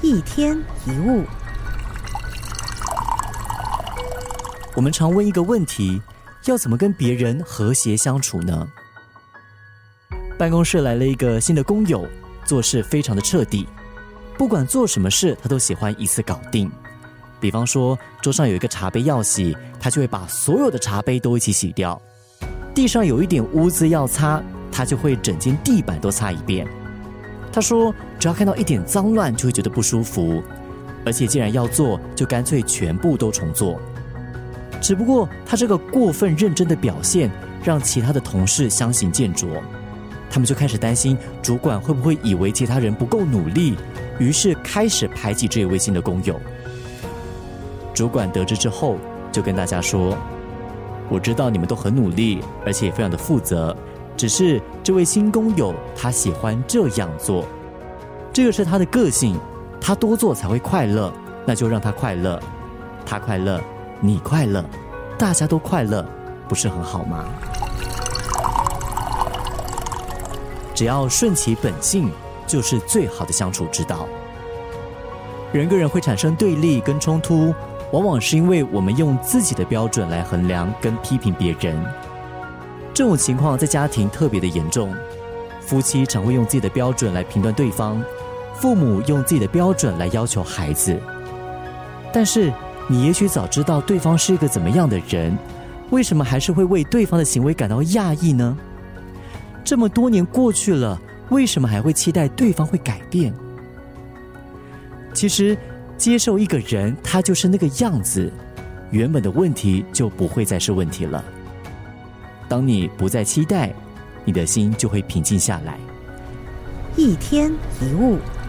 一天一物。 我们常问一个问题，要怎么跟别人和谐相处呢？办公室来了一个新的工友，做事非常的彻底，不管做什么事他都喜欢一次搞定。比方说桌上有一个茶杯要洗，他就会把所有的茶杯都一起洗掉。地上有一点污渍要擦，他就会整间地板都擦一遍。他说只要看到一点脏乱就会觉得不舒服，而且既然要做就干脆全部都重做。只不过他这个过分认真的表现让其他的同事相形见绌，他们就开始担心主管会不会以为其他人不够努力，于是开始排挤这一位新的工友。主管得知之后就跟大家说，我知道你们都很努力，而且也非常的负责，只是这位新工友他喜欢这样做，这个是他的个性，他多做才会快乐，那就让他快乐，他快乐你快乐，大家都快乐，不是很好吗？只要顺其本性，就是最好的相处之道。人跟人会产生对立跟冲突，往往是因为我们用自己的标准来衡量跟批评别人。这种情况在家庭特别的严重，夫妻常会用自己的标准来评断对方，父母用自己的标准来要求孩子。但是你也许早知道对方是一个怎么样的人，为什么还是会为对方的行为感到讶异呢？这么多年过去了，为什么还会期待对方会改变？其实接受一个人他就是那个样子，原本的问题就不会再是问题了。当你不再期待，你的心就会平静下来。 一天一物。